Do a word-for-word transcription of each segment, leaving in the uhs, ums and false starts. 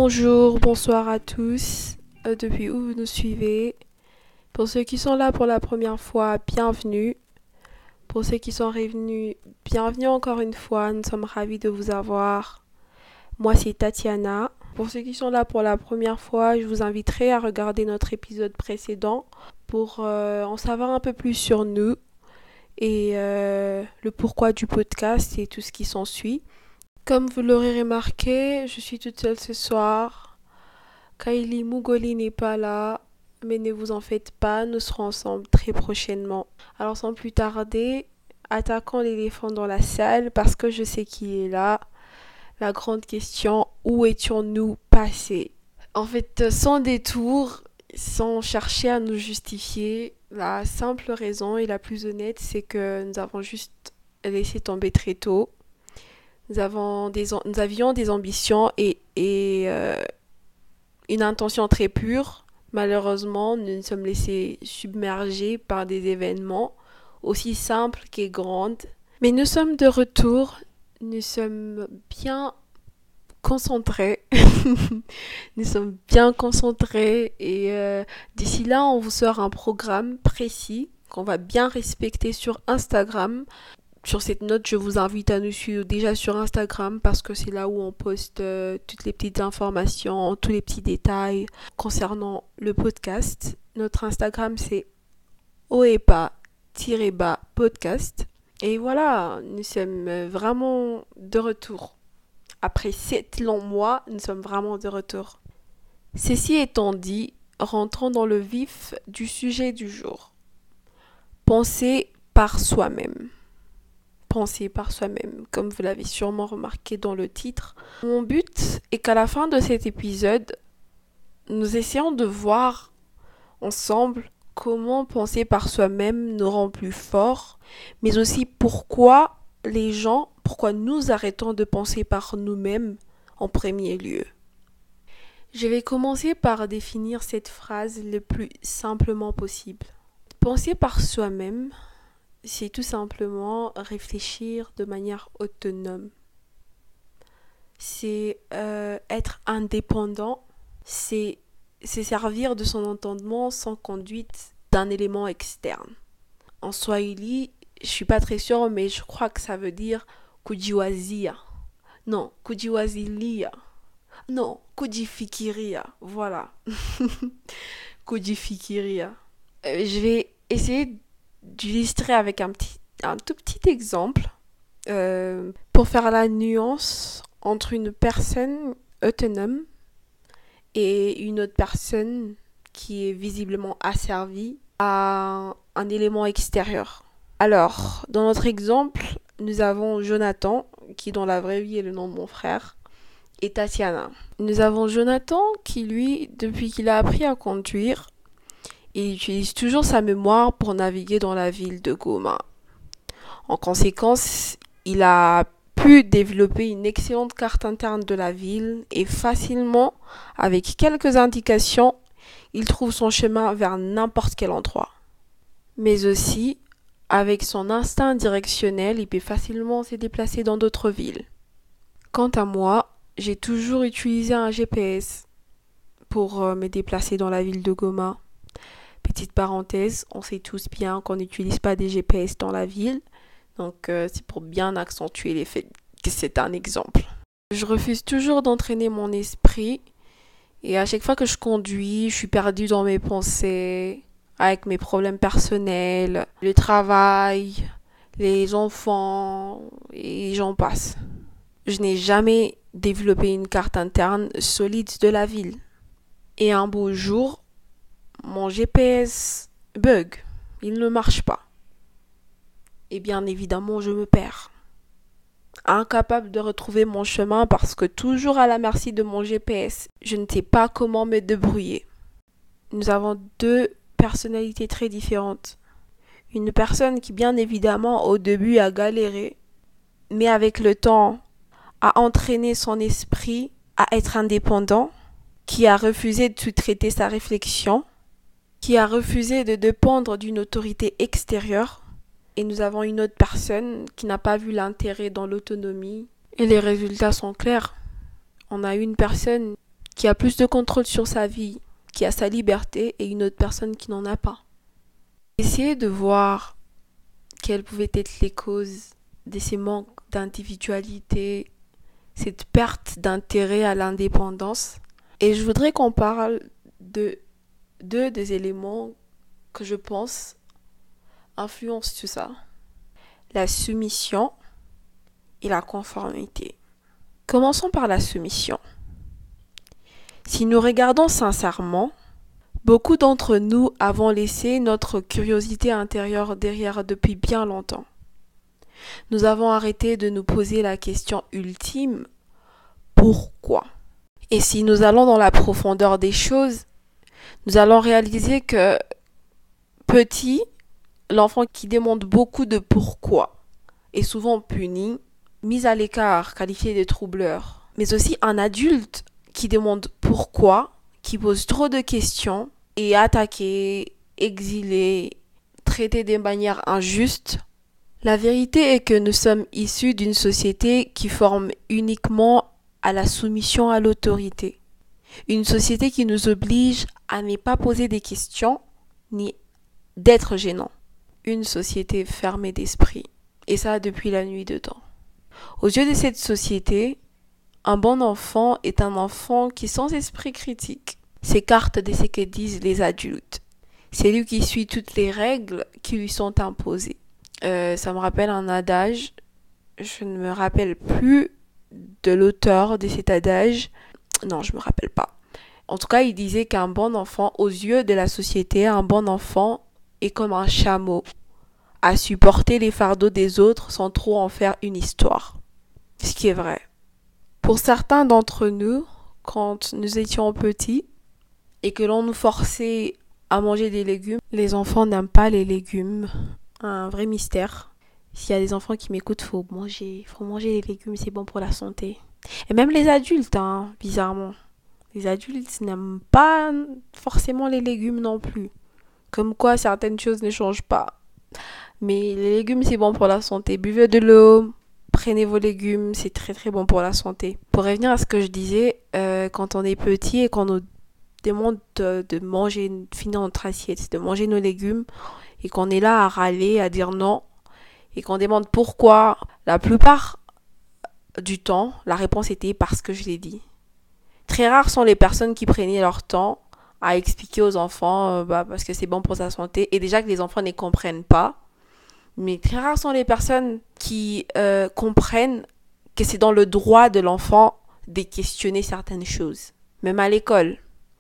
Bonjour, bonsoir à tous, euh, depuis où vous nous suivez. Pour ceux qui sont là pour la première fois, bienvenue. Pour ceux qui sont revenus, bienvenue encore une fois, nous sommes ravis de vous avoir. Moi, c'est Tatiana. Pour ceux qui sont là pour la première fois, je vous inviterai à regarder notre épisode précédent pour euh, en savoir un peu plus sur nous et euh, le pourquoi du podcast et tout ce qui s'ensuit. Comme vous l'aurez remarqué, je suis toute seule ce soir. Kylie Mugoli n'est pas là, mais ne vous en faites pas, nous serons ensemble très prochainement. Alors sans plus tarder, attaquons l'éléphant dans la salle parce que je sais qui est là. La grande question, où étions-nous passés? En fait, sans détour, sans chercher à nous justifier, la simple raison et la plus honnête, c'est que nous avons juste laissé tomber très tôt. Nous, avons des, nous avions des ambitions et, et euh, une intention très pure. Malheureusement, nous nous sommes laissés submerger par des événements aussi simples que grands. Mais nous sommes de retour. Nous sommes bien concentrés. Nous sommes bien concentrés et euh, d'ici là, on vous sort un programme précis qu'on va bien respecter sur Instagram. Sur cette note, je vous invite à nous suivre déjà sur Instagram parce que c'est là où on poste euh, toutes les petites informations, tous les petits détails concernant le podcast. Notre Instagram, c'est oepa-podcast. Et voilà, nous sommes vraiment de retour. Après sept longs mois, nous sommes vraiment de retour. Ceci étant dit, rentrons dans le vif du sujet du jour. Penser par soi-même. Penser par soi-même, comme vous l'avez sûrement remarqué dans le titre. Mon but est qu'à la fin de cet épisode, nous essayons de voir ensemble comment penser par soi-même nous rend plus forts, mais aussi pourquoi les gens, pourquoi nous arrêtons de penser par nous-mêmes en premier lieu. Je vais commencer par définir cette phrase le plus simplement possible. Penser par soi-même, c'est tout simplement réfléchir de manière autonome. C'est euh, être indépendant, c'est se servir de son entendement sans conduite d'un élément externe. En swahili, je suis pas très sûre, mais je crois que ça veut dire kujiwazia. Non, kujiwazilia. Non, kujifikiria. Voilà. Kujifikiria. Euh, je vais essayer d'illustrer avec un, petit, un tout petit exemple euh, pour faire la nuance entre une personne autonome et une autre personne qui est visiblement asservie à un élément extérieur. Alors, dans notre exemple, nous avons Jonathan, qui dans la vraie vie est le nom de mon frère, et Tatiana. Nous avons Jonathan qui, lui, depuis qu'il a appris à conduire, il utilise toujours sa mémoire pour naviguer dans la ville de Goma. En conséquence, il a pu développer une excellente carte interne de la ville et facilement, avec quelques indications, il trouve son chemin vers n'importe quel endroit. Mais aussi, avec son instinct directionnel, il peut facilement se déplacer dans d'autres villes. Quant à moi, j'ai toujours utilisé un G P S pour euh, me déplacer dans la ville de Goma. Petite parenthèse, on sait tous bien qu'on n'utilise pas des G P S dans la ville, donc euh, c'est pour bien accentuer l'effet que c'est un exemple. Je refuse toujours d'entraîner mon esprit et à chaque fois que je conduis, je suis perdue dans mes pensées, avec mes problèmes personnels, le travail, les enfants et j'en passe. Je n'ai jamais développé une carte interne solide de la ville. Et un beau jour, mon G P S bug, il ne marche pas. Et bien évidemment, je me perds. Incapable de retrouver mon chemin parce que toujours à la merci de mon G P S, je ne sais pas comment me débrouiller. Nous avons deux personnalités très différentes. Une personne qui bien évidemment au début a galéré, mais avec le temps a entraîné son esprit à être indépendant, qui a refusé de sous-traiter sa réflexion, qui a refusé de dépendre d'une autorité extérieure. Et nous avons une autre personne qui n'a pas vu l'intérêt dans l'autonomie. Et les résultats sont clairs. On a une personne qui a plus de contrôle sur sa vie, qui a sa liberté, et une autre personne qui n'en a pas. Essayez de voir quelles pouvaient être les causes de ces manques d'individualité, cette perte d'intérêt à l'indépendance. Et je voudrais qu'on parle de deux des éléments que je pense influencent tout ça. La soumission et la conformité. Commençons par la soumission. Si nous regardons sincèrement, beaucoup d'entre nous avons laissé notre curiosité intérieure derrière depuis bien longtemps. Nous avons arrêté de nous poser la question ultime, pourquoi ? Et si nous allons dans la profondeur des choses, nous allons réaliser que petit, l'enfant qui demande beaucoup de pourquoi est souvent puni, mis à l'écart, qualifié de troubleur. Mais aussi un adulte qui demande pourquoi, qui pose trop de questions, est attaqué, exilé, traité de manière injuste. La vérité est que nous sommes issus d'une société qui forme uniquement à la soumission à l'autorité. Une société qui nous oblige à ne pas poser des questions ni d'être gênant. Une société fermée d'esprit. Et ça depuis la nuit de temps. Aux yeux de cette société, un bon enfant est un enfant qui, sans esprit critique, s'écarte de ce que disent les adultes. C'est lui qui suit toutes les règles qui lui sont imposées. Euh, ça me rappelle un adage, je ne me rappelle plus de l'auteur de cet adage. Non, je me rappelle pas. En tout cas, il disait qu'un bon enfant, aux yeux de la société, un bon enfant est comme un chameau, à supporter les fardeaux des autres sans trop en faire une histoire. Ce qui est vrai. Pour certains d'entre nous, quand nous étions petits et que l'on nous forçait à manger des légumes, les enfants n'aiment pas les légumes. Un vrai mystère. S'il y a des enfants qui m'écoutent, faut manger, faut manger les légumes, c'est bon pour la santé. Et même les adultes, hein, bizarrement. Les adultes n'aiment pas forcément les légumes non plus. Comme quoi certaines choses ne changent pas. Mais les légumes, c'est bon pour la santé. Buvez de l'eau, prenez vos légumes, c'est très très bon pour la santé. Pour revenir à ce que je disais, euh, quand on est petit et qu'on nous demande de, de manger, finir notre assiette, de manger nos légumes, et qu'on est là à râler, à dire non, et qu'on demande pourquoi, la plupart du temps, la réponse était parce que je l'ai dit. Très rares sont les personnes qui prenaient leur temps à expliquer aux enfants euh, bah, parce que c'est bon pour sa santé, et déjà que les enfants ne comprennent pas. Mais très rares sont les personnes qui euh, comprennent que c'est dans le droit de l'enfant de questionner certaines choses. Même à l'école,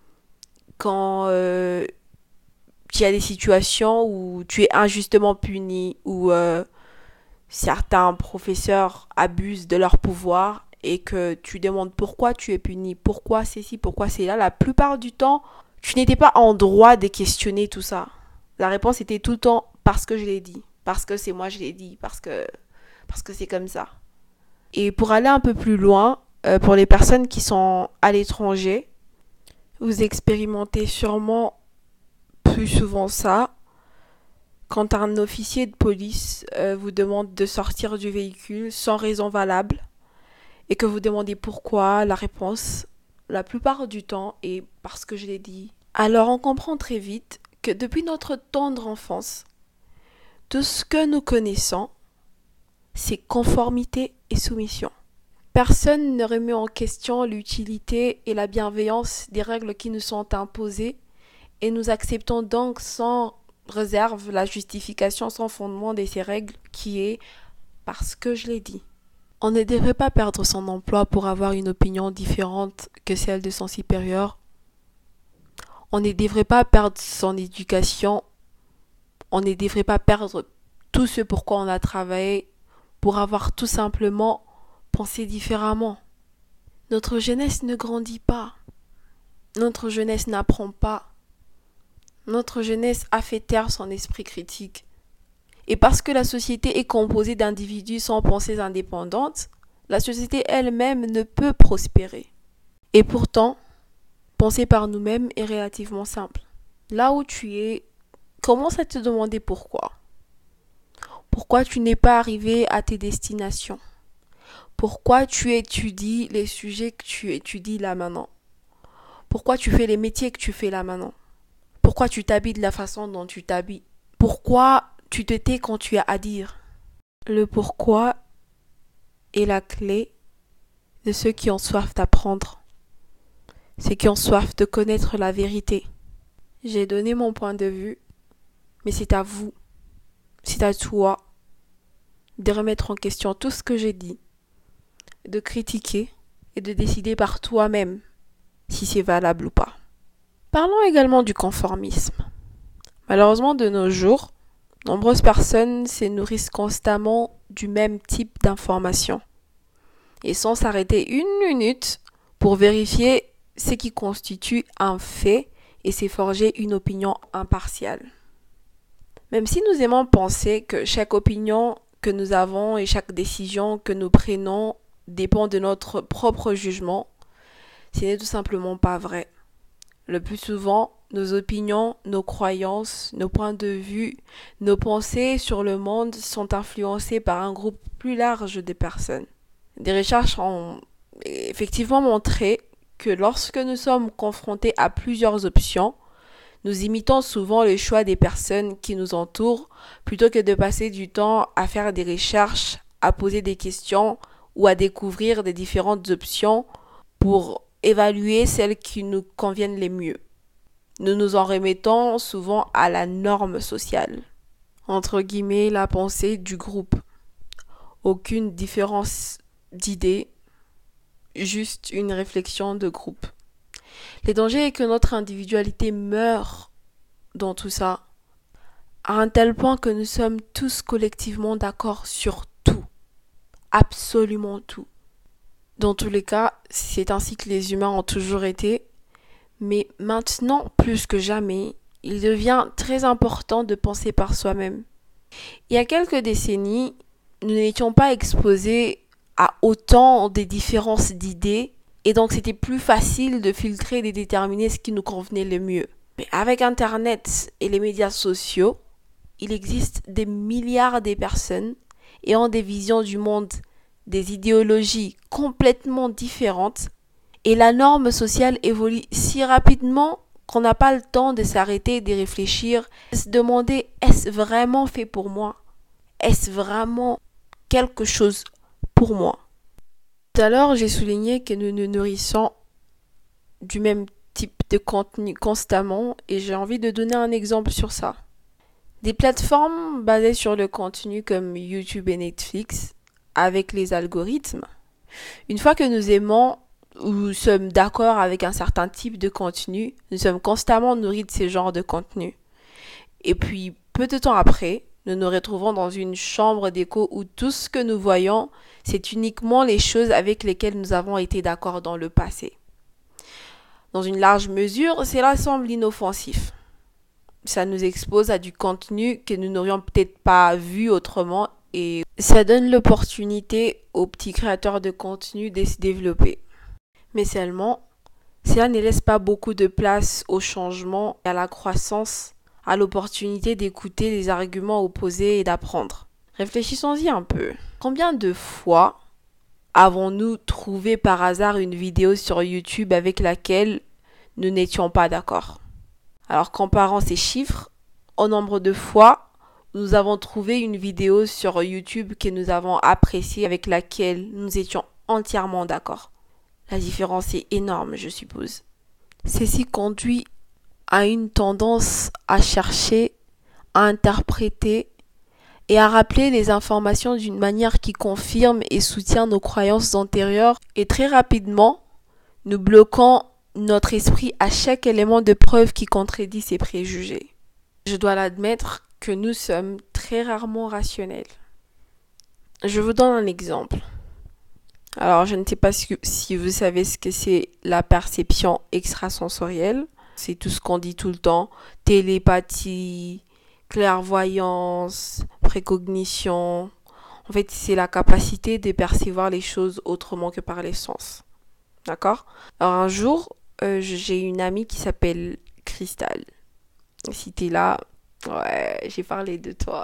quand euh, il y a des situations où tu es injustement puni, où euh, certains professeurs abusent de leur pouvoir et que tu demandes pourquoi tu es puni, pourquoi c'est ci, pourquoi c'est là, la plupart du temps, tu n'étais pas en droit de questionner tout ça. La réponse était tout le temps parce que je l'ai dit, parce que c'est moi je l'ai dit, parce que, parce que c'est comme ça. Et pour aller un peu plus loin, euh, pour les personnes qui sont à l'étranger, vous expérimentez sûrement plus souvent ça. Quand un officier de police euh, vous demande de sortir du véhicule sans raison valable et que vous demandez pourquoi, la réponse, la plupart du temps, est parce que je l'ai dit. Alors on comprend très vite que depuis notre tendre enfance, tout ce que nous connaissons, c'est conformité et soumission. Personne ne remet en question l'utilité et la bienveillance des règles qui nous sont imposées et nous acceptons donc sans réserve la justification sans fondement de ces règles qui est parce que je l'ai dit. On ne devrait pas perdre son emploi pour avoir une opinion différente que celle de son supérieur. On ne devrait pas perdre son éducation. On ne devrait pas perdre tout ce pourquoi on a travaillé pour avoir tout simplement pensé différemment. Notre jeunesse ne grandit pas. Notre jeunesse n'apprend pas. Notre jeunesse a fait taire son esprit critique. Et parce que la société est composée d'individus sans pensées indépendantes, la société elle-même ne peut prospérer. Et pourtant, penser par nous-mêmes est relativement simple. Là où tu es, commence à te demander pourquoi. Pourquoi tu n'es pas arrivé à tes destinations? Pourquoi tu étudies les sujets que tu étudies là maintenant? Pourquoi tu fais les métiers que tu fais là maintenant? Pourquoi tu t'habilles de la façon dont tu t'habilles? Pourquoi tu te tais quand tu as à dire? Le pourquoi est la clé de ceux qui ont soif d'apprendre. Ceux qui ont soif de connaître la vérité. J'ai donné mon point de vue, mais c'est à vous, c'est à toi de remettre en question tout ce que j'ai dit, de critiquer et de décider par toi-même si c'est valable ou pas. Parlons également du conformisme. Malheureusement, de nos jours, nombreuses personnes se nourrissent constamment du même type d'informations et sans s'arrêter une minute pour vérifier ce qui constitue un fait et s'est forgé une opinion impartiale. Même si nous aimons penser que chaque opinion que nous avons et chaque décision que nous prenons dépend de notre propre jugement, ce n'est tout simplement pas vrai. Le plus souvent, nos opinions, nos croyances, nos points de vue, nos pensées sur le monde sont influencés par un groupe plus large de personnes. Des recherches ont effectivement montré que lorsque nous sommes confrontés à plusieurs options, nous imitons souvent le choix des personnes qui nous entourent plutôt que de passer du temps à faire des recherches, à poser des questions ou à découvrir des différentes options pour évaluer celles qui nous conviennent les mieux. Nous nous en remettons souvent à la norme sociale, entre guillemets la pensée du groupe. Aucune différence d'idées, juste une réflexion de groupe. Le danger est que notre individualité meure dans tout ça, à un tel point que nous sommes tous collectivement d'accord sur tout, absolument tout. Dans tous les cas, c'est ainsi que les humains ont toujours été, mais maintenant, plus que jamais, il devient très important de penser par soi-même. Il y a quelques décennies, nous n'étions pas exposés à autant de différences d'idées, et donc c'était plus facile de filtrer et de déterminer ce qui nous convenait le mieux. Mais avec Internet et les médias sociaux, il existe des milliards de personnes ayant des visions du monde, des idéologies complètement différentes, et la norme sociale évolue si rapidement qu'on n'a pas le temps de s'arrêter, de réfléchir, de se demander est-ce vraiment fait pour moi? Est-ce vraiment quelque chose pour moi? Tout à l'heure, j'ai souligné que nous nous nourrissons du même type de contenu constamment et j'ai envie de donner un exemple sur ça. Des plateformes basées sur le contenu comme YouTube et Netflix, avec les algorithmes, une fois que nous aimons ou sommes d'accord avec un certain type de contenu, nous sommes constamment nourris de ces genres de contenu. Et puis, peu de temps après, nous nous retrouvons dans une chambre d'écho où tout ce que nous voyons, c'est uniquement les choses avec lesquelles nous avons été d'accord dans le passé. Dans une large mesure, cela semble inoffensif. Ça nous expose à du contenu que nous n'aurions peut-être pas vu autrement et ça donne l'opportunité aux petits créateurs de contenu de se développer. Mais seulement, cela ne laisse pas beaucoup de place au changement et à la croissance, à l'opportunité d'écouter les arguments opposés et d'apprendre. Réfléchissons-y un peu. Combien de fois avons-nous trouvé par hasard une vidéo sur YouTube avec laquelle nous n'étions pas d'accord? Alors comparant ces chiffres au nombre de fois où nous avons trouvé une vidéo sur YouTube que nous avons appréciée avec laquelle nous étions entièrement d'accord. La différence est énorme, je suppose. Ceci conduit à une tendance à chercher, à interpréter et à rappeler les informations d'une manière qui confirme et soutient nos croyances antérieures et très rapidement, nous bloquons notre esprit à chaque élément de preuve qui contredit ses préjugés. Je dois l'admettre que nous sommes très rarement rationnels. Je vous donne un exemple. Alors, je ne sais pas si vous savez ce que c'est la perception extrasensorielle. C'est tout ce qu'on dit tout le temps. Télépathie, clairvoyance, précognition. En fait, c'est la capacité de percevoir les choses autrement que par les sens. D'accord? Alors, un jour, euh, j'ai une amie qui s'appelle Cristal. Si t'es là, ouais, j'ai parlé de toi.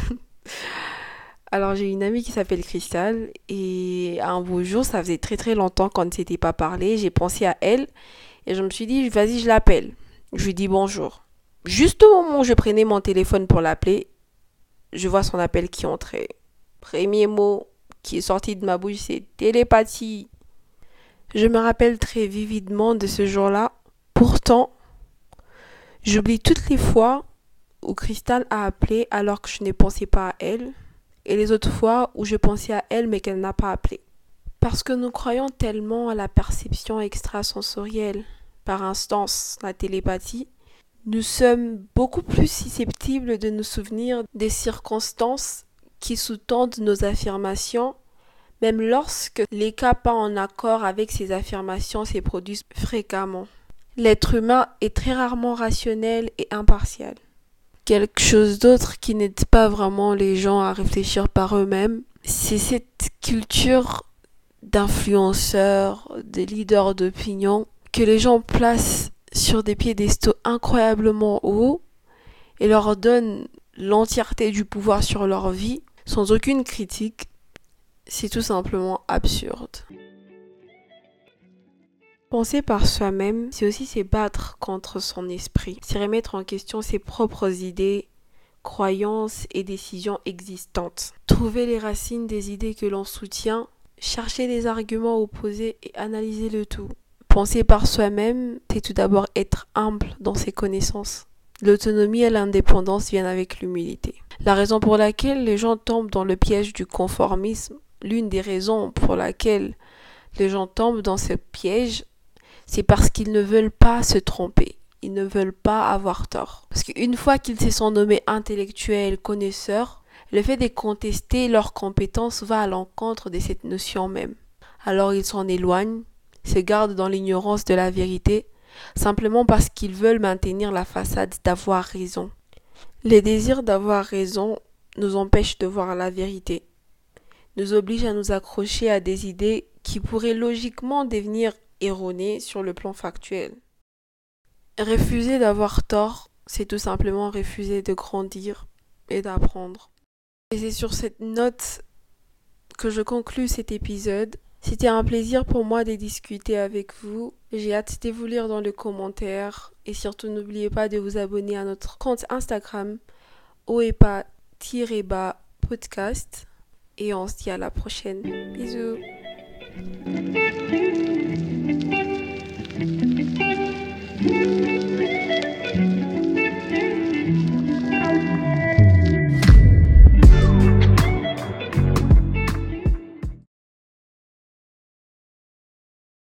Alors, j'ai une amie qui s'appelle Cristal et un beau jour, ça faisait très très longtemps qu'on ne s'était pas parlé, j'ai pensé à elle Et je me suis dit, vas-y, je l'appelle. Je lui dis bonjour. Juste au moment où je prenais mon téléphone pour l'appeler, je vois son appel qui entrait. Premier mot qui est sorti de ma bouche, c'est télépathie. Je me rappelle très vividement de ce jour-là. Pourtant, j'oublie toutes les fois où Cristal a appelé alors que je ne pensais pas à elle, et les autres fois où je pensais à elle mais qu'elle n'a pas appelé. Parce que nous croyons tellement à la perception extrasensorielle, par instance la télépathie, nous sommes beaucoup plus susceptibles de nous souvenir des circonstances qui sous-tendent nos affirmations, même lorsque les cas pas en accord avec ces affirmations se produisent fréquemment. L'être humain est très rarement rationnel et impartial. Quelque chose d'autre qui n'aide pas vraiment les gens à réfléchir par eux-mêmes, c'est cette culture d'influenceurs, de leaders d'opinion que les gens placent sur des piédestaux incroyablement hauts et leur donnent l'entièreté du pouvoir sur leur vie sans aucune critique. C'est tout simplement absurde. Penser par soi-même, c'est aussi se battre contre son esprit, c'est remettre en question ses propres idées, croyances et décisions existantes. Trouver les racines des idées que l'on soutient, chercher des arguments opposés et analyser le tout. Penser par soi-même, c'est tout d'abord être humble dans ses connaissances. L'autonomie et l'indépendance viennent avec l'humilité. La raison pour laquelle les gens tombent dans le piège du conformisme, l'une des raisons pour laquelle les gens tombent dans ce piège, c'est parce qu'ils ne veulent pas se tromper. Ils ne veulent pas avoir tort. Parce qu'une fois qu'ils se sont nommés intellectuels, connaisseurs, le fait de contester leurs compétences va à l'encontre de cette notion même. Alors ils s'en éloignent, se gardent dans l'ignorance de la vérité, simplement parce qu'ils veulent maintenir la façade d'avoir raison. Les désirs d'avoir raison nous empêchent de voir la vérité, nous obligent à nous accrocher à des idées qui pourraient logiquement devenir erronées sur le plan factuel. Refuser d'avoir tort, c'est tout simplement refuser de grandir et d'apprendre. Et c'est sur cette note que je conclus cet épisode. C'était un plaisir pour moi de discuter avec vous. J'ai hâte de vous lire dans les commentaires. Et surtout, n'oubliez pas de vous abonner à notre compte Instagram, oepa-podcast. Et on se dit à la prochaine. Bisous.